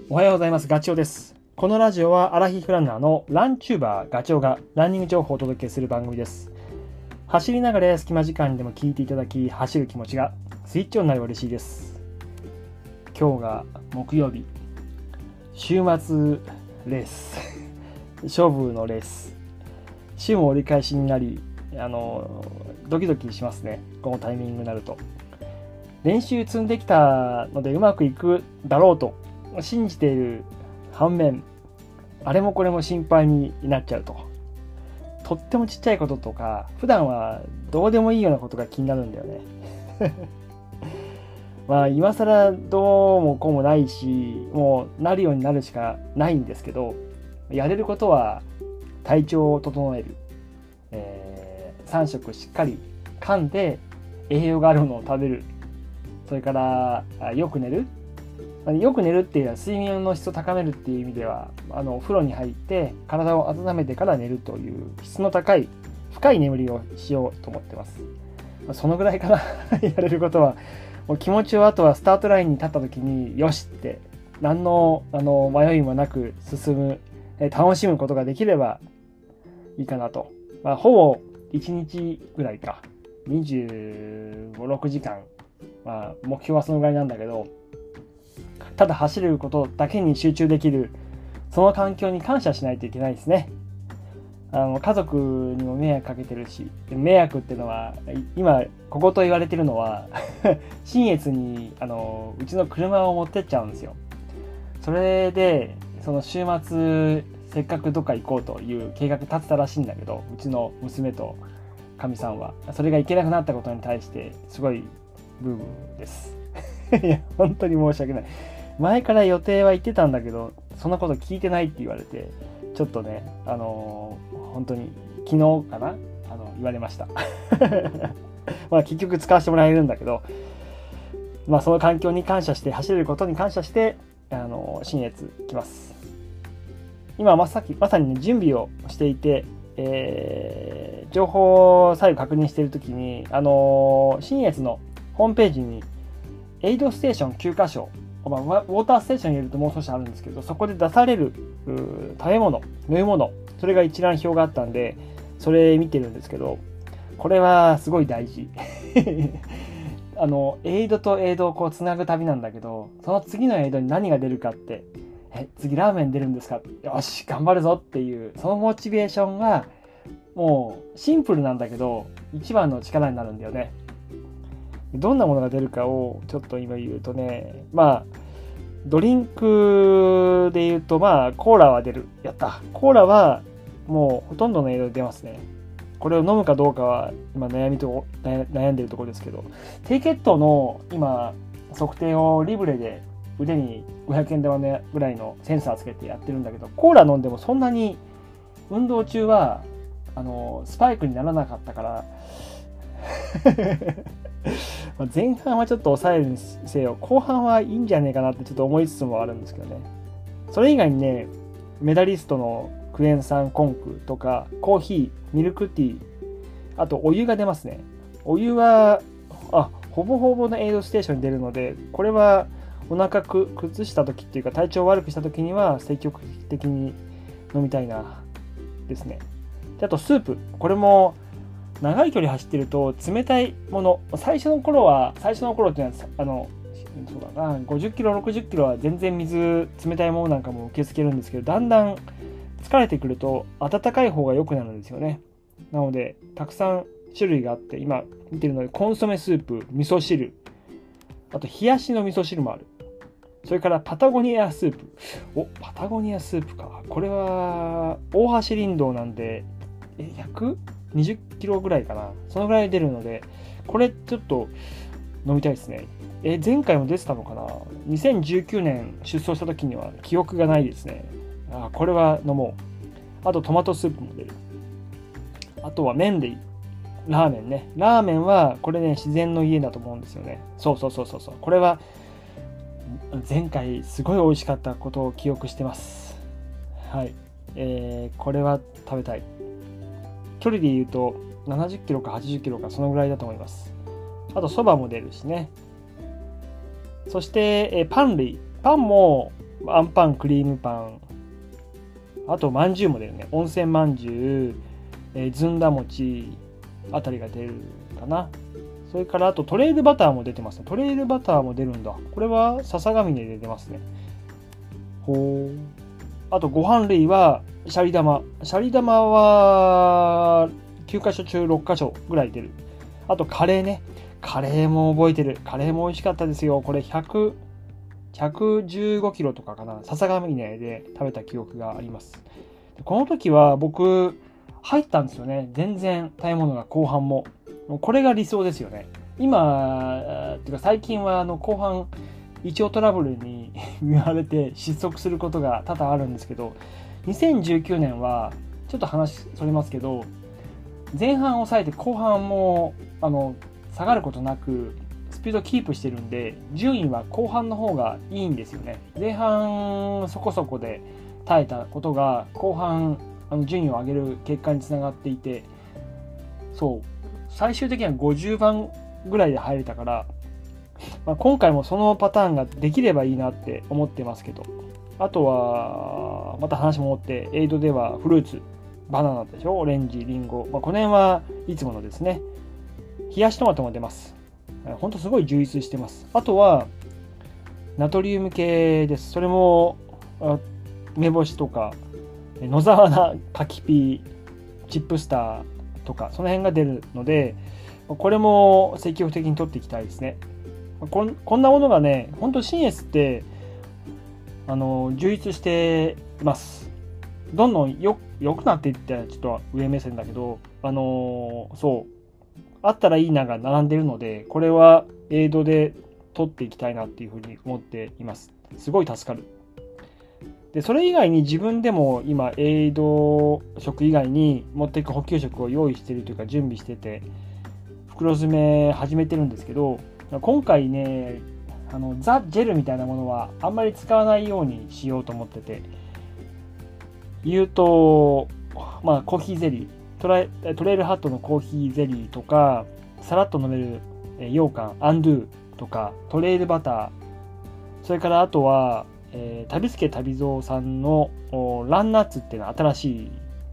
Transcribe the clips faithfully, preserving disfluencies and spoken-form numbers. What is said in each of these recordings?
おはようございます。ガチョウです。このラジオはアラヒフランナーのランチューバーガチョウがランニング情報をお届けする番組です。走りながら隙間時間にでも聞いていただき、走る気持ちがスイッチオンになれば嬉しいです。今日が木曜日、週末レース勝負のレース、週も折り返しになり、あのドキドキしますね。このタイミングになると練習積んできたのでうまくいくだろうと信じている反面、あれもこれも心配になっちゃうと。とってもちっちゃいこととか普段はどうでもいいようなことが気になるんだよねまあ今更どうもこうもないし、もうなるようになるしかないんですけど、やれることは体調を整える、えー、さん食しっかり噛んで栄養があるものを食べる、それからよく寝る。よく寝るっていうのは睡眠の質を高めるっていう意味では、あのお風呂に入って体を温めてから寝るという質の高い深い眠りをしようと思ってます。そのぐらいかなやれることは。もう気持ちをあとはスタートラインに立った時によしって何の、あの迷いもなく進む、楽しむことができればいいかなと。まあ、ほぼいちにちぐらいか、にじゅうご、ろくじかん、まあ、目標はそのぐらいなんだけど、ただ走ることだけに集中できる、その環境に感謝しないといけないですね。あの家族にも迷惑かけてるし、迷惑っていうのは今ここと言われてるのは信越にあのうちの車を持ってっちゃうんですよ。それでその週末せっかくどっか行こうという計画立てたらしいんだけど、うちの娘とかみさんはそれが行けなくなったことに対してすごいブーブーですいや本当に申し訳ない。前から予定は言ってたんだけど、そんなこと聞いてないって言われて、ちょっとね、あのー、本当に昨日かな、あの言われましたまあ結局使わせてもらえるんだけど、まあその環境に感謝して、走れることに感謝して、あのー、信越来ます。今まさきまさにね準備をしていて、えー、情報を再度確認しているときに、あのー、信越のホームページにエイドステーションきゅうかしょ、まあ、ウォーターステーションに入れるともう少しあるんですけど、そこで出される食べ物、飲み物、それが一覧表があったんで、それ見てるんですけど、これはすごい大事あのエイドとエイドをこうつなぐ旅なんだけど、その次のエイドに何が出るかって、え次ラーメン出るんですか、よし頑張るぞっていう、そのモチベーションがもうシンプルなんだけど一番の力になるんだよね。どんなものが出るかをちょっと今言うとね、まあドリンクで言うと、まあコーラは出る。やった。コーラはもうほとんどのエイドで出ますね。これを飲むかどうかは今悩みと悩んでるところですけど、低血糖の今測定をリブレで腕にごひゃくえん玉ぐらいのセンサーつけてやってるんだけど、コーラ飲んでもそんなに運動中はあのスパイクにならなかったから前半はちょっと抑えるにせよ、後半はいいんじゃねえかなってちょっと思いつつもあるんですけどね。それ以外にね、メダリストのクエン酸コンクとかコーヒー、ミルクティー、あとお湯が出ますね。お湯はあほぼほぼのエイドステーションに出るので、これはお腹く崩した時っていうか体調を悪くした時には積極的に飲みたいなですね。であとスープ、これも長い距離走ってると冷たいもの、最初の頃は最初の頃っていうのはあのそうだなごじゅっキロろくじゅっキロは全然水冷たいものなんかも受け付けるんですけど、だんだん疲れてくると温かい方が良くなるんですよね。なのでたくさん種類があって、今見てるのでコンソメスープ、味噌汁、あと冷やしの味噌汁もある。それからパタゴニアスープ、おパタゴニアスープか、これは大橋林道なんでえひゃくにじゅっキロぐらいかな、そのぐらい出るので、これちょっと飲みたいですね。え前回も出てたのかな、にせんじゅうきゅうねん出走した時には記憶がないですね。あこれは飲もう。あとトマトスープも出る。あとは麺でいい、ラーメンね。ラーメンはこれね自然の家だと思うんですよね。そうそうそうそうそう、これは前回すごい美味しかったことを記憶してます。はい、えー、これは食べたい。距離で言うとななじゅっキロかはちじゅっキロかそのぐらいだと思います。あとそばも出るしね。そしてえパン類、パンもあんパン、クリームパン、あとまんじゅうも出るね。温泉まんじゅう、えー、ずんだ餅あたりが出るかな。それからあとトレイルバターも出てますね。トレイルバターも出るんだ。これは笹ヶ峰で出てますね。ほう。あとご飯類はシャリ玉。シャリ玉はきゅうかしょ中ろっかしょぐらい出る。あとカレーね。カレーも覚えてる。カレーも美味しかったですよ。これひゃく、ひゃくじゅうごキロとかかな。笹ヶ峰で食べた記憶があります。この時は僕入ったんですよね。全然食べ物が後半も。これが理想ですよね。今、っていうか最近はあの後半、胃腸トラブルに見舞われて失速することが多々あるんですけど、にせんじゅうきゅうねんはちょっと話それますけど、前半抑えて後半もあの下がることなくスピードキープしてるんで、順位は後半の方がいいんですよね。前半そこそこで耐えたことが後半あの順位を上げる結果につながっていて、そう最終的にはごじゅうばんぐらいで入れたから、まあ、今回もそのパターンができればいいなって思ってますけど、あとはまた話も持ってエイドではフルーツ、バナナでしょ、オレンジ、リンゴ、まあ、この辺はいつものですね。冷やしトマトも出ます。ほんとすごい充実してます。あとはナトリウム系です。それも梅干しとか野沢菜、柿ピー、チップスターとかその辺が出るので、これも積極的に取っていきたいですね。こ ん, こんなものがね、本当シンエスってあの充実しています。どんどんよ良くなっていってちょっと上目線だけど、あのそうあったらいいなが並んでるので、これはエイドで取っていきたいなっていうふうに思っています。すごい助かる。でそれ以外に自分でも今エイド食以外に持っていく補給食を用意しているというか準備してて、袋詰め始めてるんですけど、今回ねあのザ・ジェルみたいなものはあんまり使わないようにしようと思ってて、言うとまあコーヒーゼリー、トライトレイルハットのコーヒーゼリーとか、さらっと飲める羊羹アンドゥとか、トレイルバター、それからあとはえー、旅助旅蔵さんのランナッツっていうのは新しい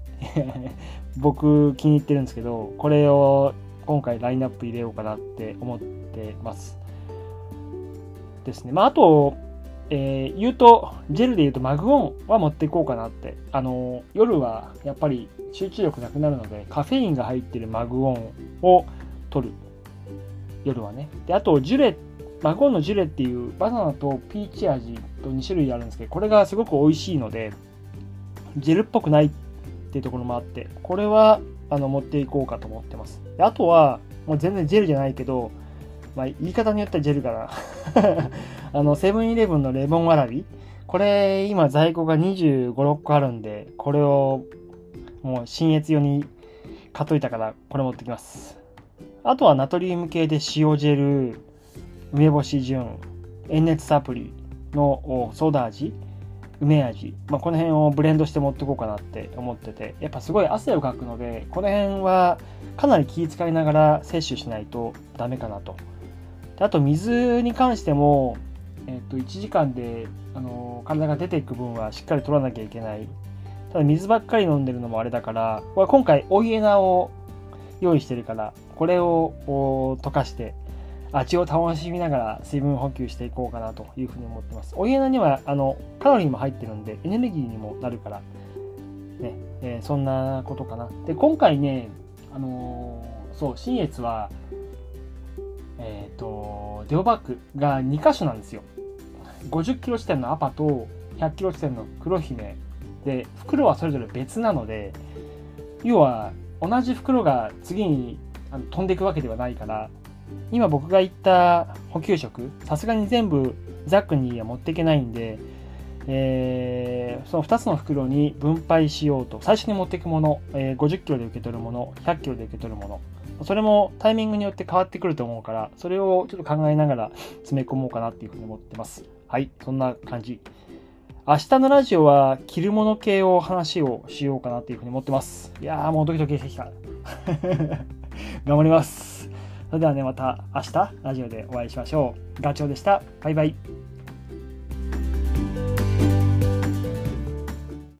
僕気に入ってるんですけど、これを今回ラインナップ入れようかなって思ってますですね。まああと、えー、言うとジェルで言うとマグオンは持っていこうかなって。あの夜はやっぱり集中力なくなるのでカフェインが入ってるマグオンを取る、夜はね。であとジュレマグオンのジュレっていうバナナとピーチ味とに種類あるんですけど、これがすごく美味しいのでジェルっぽくないっていうところもあって、これはあの持っていこうかと思ってます。であとはもう全然ジェルじゃないけど、まあ、言い方によってはジェルかなあのセブンイレブンのレモンわらび、これ今在庫がにじゅうご、ろっこあるんで、これをもう新越用に買っといたからこれ持ってきます。あとはナトリウム系で塩ジェル、梅干し純、塩熱サプリのソーダ味、梅味、まあ、この辺をブレンドして持っていこうかなって思ってて、やっぱすごい汗をかくので、この辺はかなり気遣いながら摂取しないとダメかなと。であと水に関しても、えっと、いちじかんであの体が出ていく分はしっかり取らなきゃいけない。ただ水ばっかり飲んでるのもあれだから、これ今回追いエナを用意してるから、これを溶かして味を楽しみながら水分補給していこうかなというふうに思ってます。お湯にはあのカロリーも入ってるんでエネルギーにもなるからね、えー、そんなことかな。で今回ね、あのー、そう信越はえっ、ー、とデオバッグがにかしょなんですよ。ごじゅっキロ地点のアパとひゃっキロ地点の黒姫で、袋はそれぞれ別なので、要は同じ袋が次にあの飛んでいくわけではないから、今僕が言った補給食、さすがに全部ザックには持っていけないんで、えー、そのふたつの袋に分配しようと。最初に持っていくもの、えー、ごじゅっキロで受け取るもの、ひゃっキロで受け取るもの、それもタイミングによって変わってくると思うから、それをちょっと考えながら詰め込もうかなっていうふうに思ってます。はい、そんな感じ。明日のラジオは着るもの系を話をしようかなっていうふうに思ってます。いやーもうドキドキしてきた頑張ります。それではね、また明日ラジオでお会いしましょう。ガチョウでした。バイバイ。